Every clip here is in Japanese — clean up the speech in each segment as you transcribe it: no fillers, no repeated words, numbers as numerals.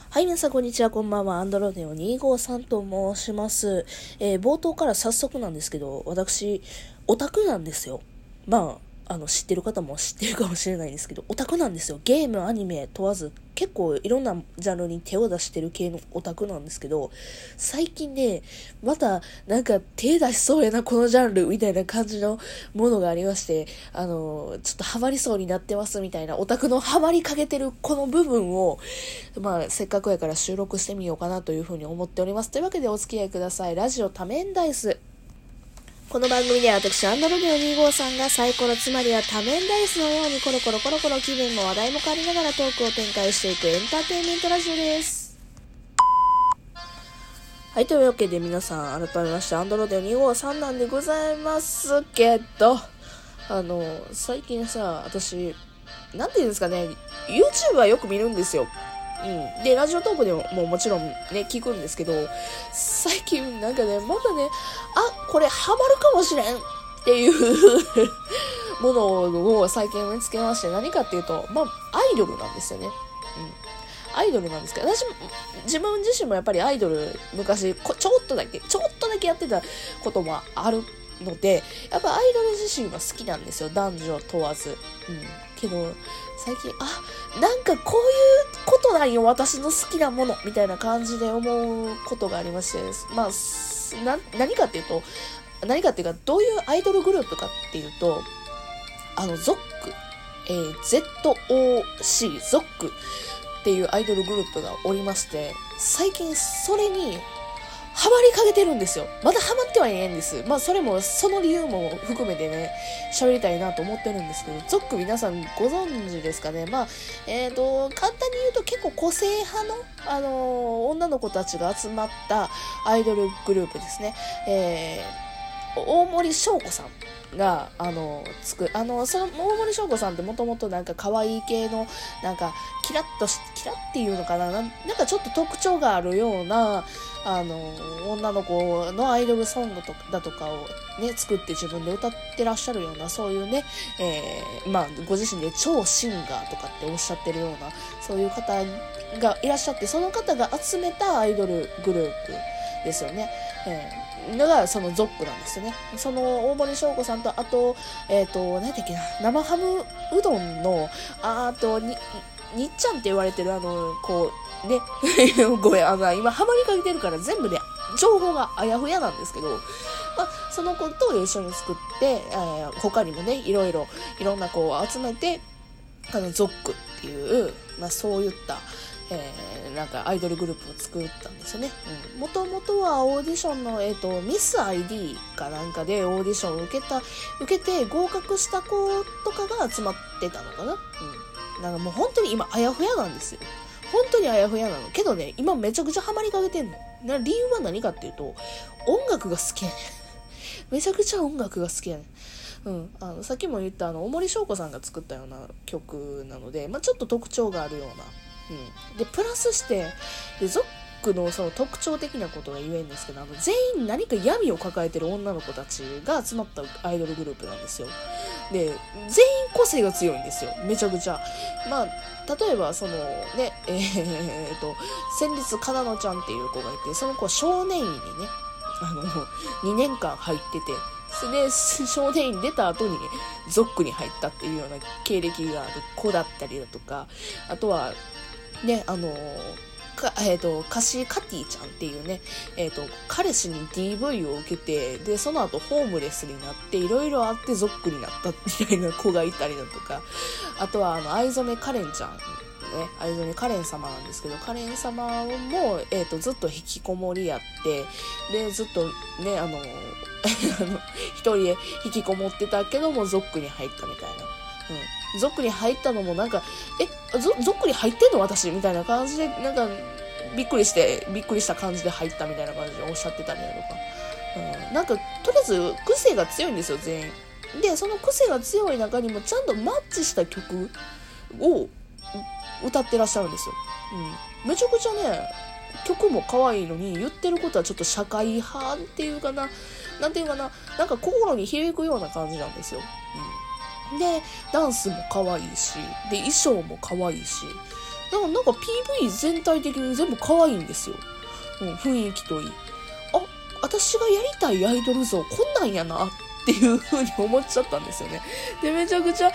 はい、皆さんこんにちは、こんばんは。アンドロデオ253と申します。冒頭から早速なんですけど、私、オタクなんですよ。知ってる方も知ってるかもしれないんですけど、オタクなんですよ。ゲーム、アニメ問わず、結構いろんなジャンルに手を出してる系のオタクなんですけど、最近ね、またなんか手出しそうやな、このジャンル、みたいな感じのものがありまして、ちょっとハマりそうになってますみたいな、オタクのハマりかけてるこの部分を、せっかくやから収録してみようかなというふうに思っております。というわけでお付き合いください。ラジオ多面ダイス。この番組では私、アンドロデオ253がサイコロ、つまりは多面ダイスのようにコロコロ気分も話題も変わりながらトークを展開していくエンターテインメントラジオです。はい、というわけで皆さん、改めまして、アンドロデオ253なんでございますけど、最近さ、私、なんていうんですかね、YouTube はよく見るんですよ。で、ラジオトークでももちろんね、聞くんですけど、最近なんかね、まだね、これハマるかもしれんっていうものを最近見つけまして、何かっていうと、アイドルなんですよね。アイドルなんですけど、私、自分自身もやっぱりアイドル、昔、ちょっとだけやってたこともあるので、やっぱアイドル自身は好きなんですよ。男女問わず。けど、最近、なんかこういうことなんよ、私の好きなもの、みたいな感じで思うことがありまして、何かっていうか、どういうアイドルグループかっていうと、ゾック、ZOC、ゾックっていうアイドルグループがおりまして、最近それに、ハマりかけてるんですよ。まだハマってはいないんです。それも、その理由も含めてね、喋りたいなと思ってるんですけど、ゾック皆さんご存知ですかね。簡単に言うと結構個性派の、女の子たちが集まったアイドルグループですね。大森翔子さんが、その大森翔子さんってもともとなんか可愛い系の、なんか、キラっていうのかな、なんかちょっと特徴があるような、女の子のアイドルソングだとかをね、作って自分で歌ってらっしゃるような、そういうね、ご自身で超シンガーとかっておっしゃってるような、そういう方がいらっしゃって、その方が集めたアイドルグループですよね。のがそのゾックなんですよね。その大森翔子さんと、あと、何だっけな、生ハムうどんの、にっちゃんって言われてるこう、ね、ごめん、今ハマりかけてるから全部ね、情報があやふやなんですけど、その子と一緒に作って、他にもね、いろんな子を集めて、ゾックっていう、そういった、なんかアイドルグループを作ったんですよね。もともとはオーディションの、ミス ID かなんかでオーディションを受けて合格した子とかが集まってたのかな。なんかもう本当に今あやふやなんですよ。本当にあやふやなの。けどね、今めちゃくちゃハマりかけてんの。理由は何かっていうと、音楽が好きやねん。めちゃくちゃ音楽が好きやねん。さっきも言った大森翔子さんが作ったような曲なので、ちょっと特徴があるような。で、プラスして、ゾックのその特徴的なことが言えんですけど、全員何か闇を抱えてる女の子たちが集まったアイドルグループなんですよ。で、全員個性が強いんですよ。めちゃくちゃ。例えば、そのね、先日、かなのちゃんっていう子がいて、その子は少年院にね、2年間入ってて、で、少年院出た後にゾックに入ったっていうような経歴がある子だったりだとか、あとは、ね、カシカティちゃんっていうね、彼氏に DV を受けて、で、その後ホームレスになって、いろいろあってゾックになったみたいな子がいたりだとか、あとは藍染カレンちゃん、ね、藍染カレン様なんですけど、カレン様も、ずっと引きこもりやって、で、ずっとね、一人で引きこもってたけども、ゾックに入ったみたいな。ゾックに入ったのもなんか、ゾックに入ってんの私みたいな感じで、なんか、びっくりした感じで入ったみたいな感じでおっしゃってたりだとか。なんか、とりあえず、癖が強いんですよ、全員。で、その癖が強い中にも、ちゃんとマッチした曲を歌ってらっしゃるんですよ。めちゃくちゃね、曲も可愛いのに、言ってることはちょっと社会派っていうかな、なんていうかな、なんか心に響くような感じなんですよ。で、ダンスも可愛いし、で、衣装も可愛いし、 なんか PV 全体的に全部可愛いんですよ。雰囲気といい。私がやりたいアイドル像こんなんやなっていう風に思っちゃったんですよね。で、めちゃくちゃね、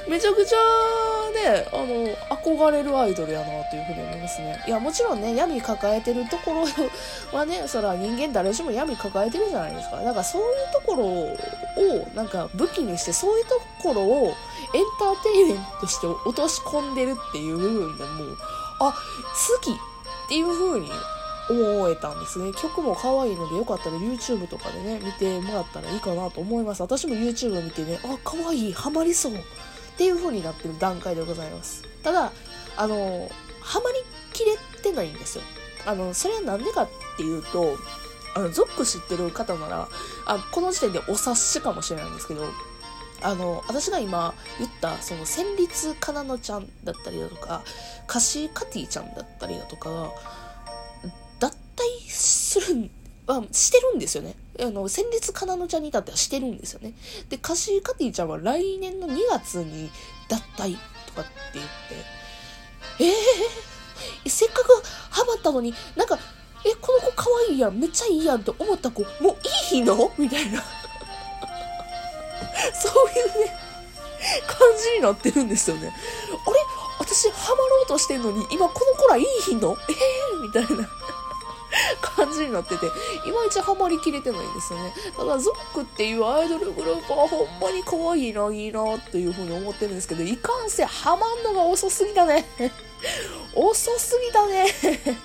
憧れるアイドルやなという風に思いますね。いや、もちろんね、闇抱えてるところはね、それは人間誰しも闇抱えてるじゃないですか。だからそういうところをなんか武器にして、そういうところをエンターテインメントとして落とし込んでるっていう部分でもう、好きっていう風に思えたんですね。曲も可愛いのでよかったら YouTube とかでね見てもらったらいいかなと思います。私も YouTube 見てね、可愛い、ハマりそうっていう風になってる段階でございます。ただハマりきれてないんですよ。それはなんでかっていうと、ゾック知ってる方ならこの時点でお察しかもしれないんですけど、私が今言ったその戦慄かなのちゃんだったりだとか、カシーカティちゃんだったりだとかが脱退してるんですよね。戦慄かなのちゃんに至ってはしてるんですよね。で、カシーカティちゃんは来年の2月に脱退とかって言って、せっかくハマったのに、なんか、この子可愛いやん、めっちゃいいやんって思った子、もういいのみたいな。そういうね、感じになってるんですよね。私ハマろうとしてんのに、今この子らいいのみたいな。感じになってて、いまいちハマりきれてないんですよね。ただゾックっていうアイドルグループはほんまに可愛いな、いいなっていう風に思ってるんですけど、いかんせハマんのが遅すぎだね遅すぎだね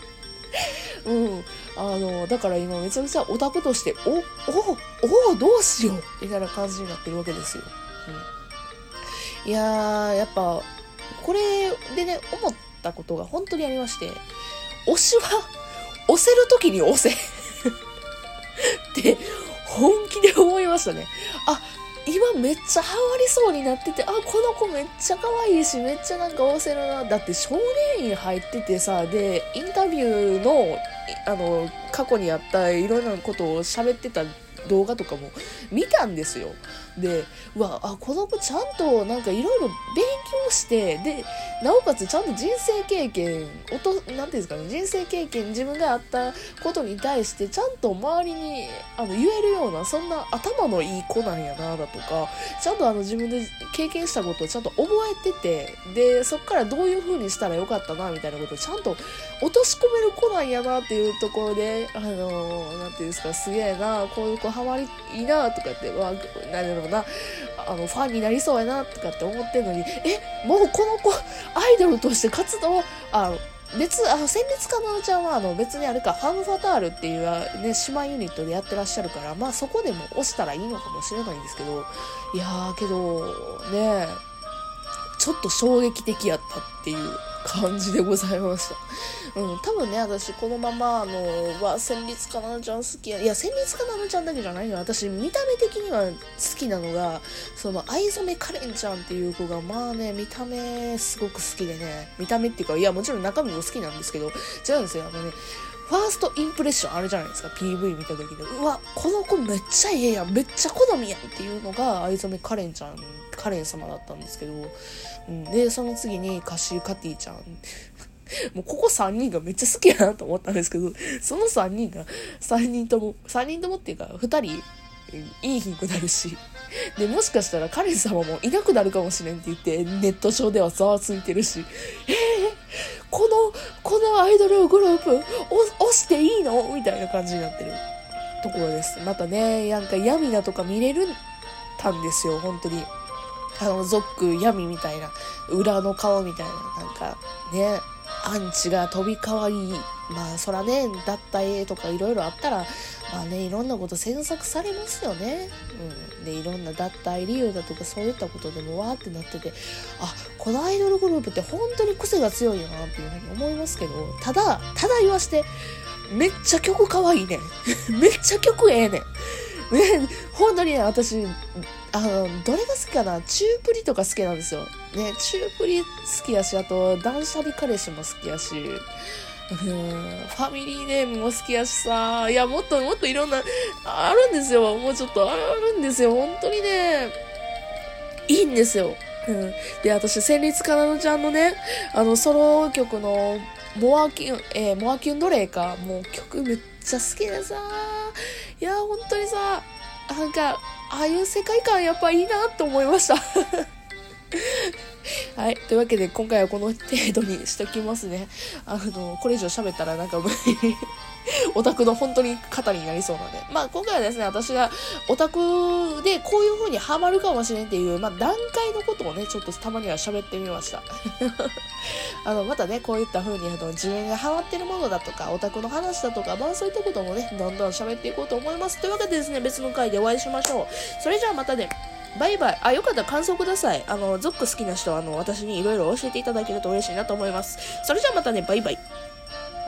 だから今めちゃくちゃオタクとしてどうしようみたいな感じになってるわけですよ。いやー、やっぱこれでね、思ったことが本当にありまして、推しは押せるときに押せって本気で思いましたね。今めっちゃハマりそうになってて、この子めっちゃ可愛いし、めっちゃなんか押せるな。だって少年院入っててさ、でインタビューの過去にあったいろんなことを喋ってた動画とかも見たんですよ。で、この子ちゃんとなんかいろいろ勉強して、でなおかつちゃんと人生経験なんていうんですかね、人生経験、自分があったことに対してちゃんと周りに言えるような、そんな頭のいい子なんやなだとか、ちゃんと自分で経験したことをちゃんと覚えてて、でそっからどういう風にしたらよかったなみたいなことをちゃんと落とし込める子なんやなっていうところで、なんていうんですか、すげえな、こういう子ハマりいいなとかって、なんだろうな、ファンになりそうやなとかって思ってるのに、もうこの子アイドルとして活動、戦慄かなのちゃんは別にあれか、ファムファタールっていうね、姉妹ユニットでやってらっしゃるから、そこでも押したらいいのかもしれないんですけど、いやーけどね、ちょっと衝撃的やったっていう感じでございました。多分ね、私このまま戦慄かなのちゃん好きや。いや、戦慄かなのちゃんだけじゃないのよ。私見た目的には好きなのが、その藍染カレンちゃんっていう子が見た目すごく好きでね、見た目っていうか、いやもちろん中身も好きなんですけど、違うんですよ。ファーストインプレッションあるじゃないですか。 PV 見た時で、この子めっちゃええやん、めっちゃ好みやんっていうのが藍染カレンちゃん、カレン様だったんですけど、でその次にカシーカティちゃんもうここ3人がめっちゃ好きやなと思ったんですけど、その3人ともっていうか2人いいひんくなるし、でもしかしたらカレン様もいなくなるかもしれんって言ってネット上ではざわついてるし、このアイドルグループ押していいのみたいな感じになってるところです。またね、なんか闇なとか見れるたんですよ、本当に。ゾック闇みたいな、裏の顔みたいな、なんかね、アンチが飛び交わり、そらね、脱退とかいろいろあったら、いろんなこと詮索されますよね。で、いろんな脱退理由だとかそういったことでもわーってなってて、このアイドルグループって本当に癖が強いよなっていうふうに思いますけど、ただ言わして、めっちゃ曲可愛いねめっちゃ曲ええねん。本当にね、私、どれが好きかな、チュープリとか好きなんですよ。ね、チュープリ好きやし、あと、断捨離彼氏も好きやし、ファミリーネームも好きやしさ、いや、もっといろんな、あるんですよ。もうちょっとあるんですよ。本当にね、いいんですよ。 で、私、旋律かなのちゃんのね、ソロ曲のモアキュン奴隷か、もう曲めっちゃ好きでさ、いや、本当にさ、なんか、ああいう世界観やっぱいいなって思いました。はい。というわけで、今回はこの程度にしときますね。これ以上喋ったらなんかオタクの本当に語りになりそうなので。まあ、今回はですね、私がオタクでこういう風にハマるかもしれんっていう、まあ、段階のことをね、ちょっとたまには喋ってみました。またね、こういった風に自分がハマってるものだとか、オタクの話だとか、まあそういったこともね、どんどん喋っていこうと思います。というわけでですね、別の回でお会いしましょう。それじゃあまたね。バイバイ。あ、よかったら感想ください。ゾック好きな人は私にいろいろ教えていただけると嬉しいなと思います。それじゃあまたね、バイバイ。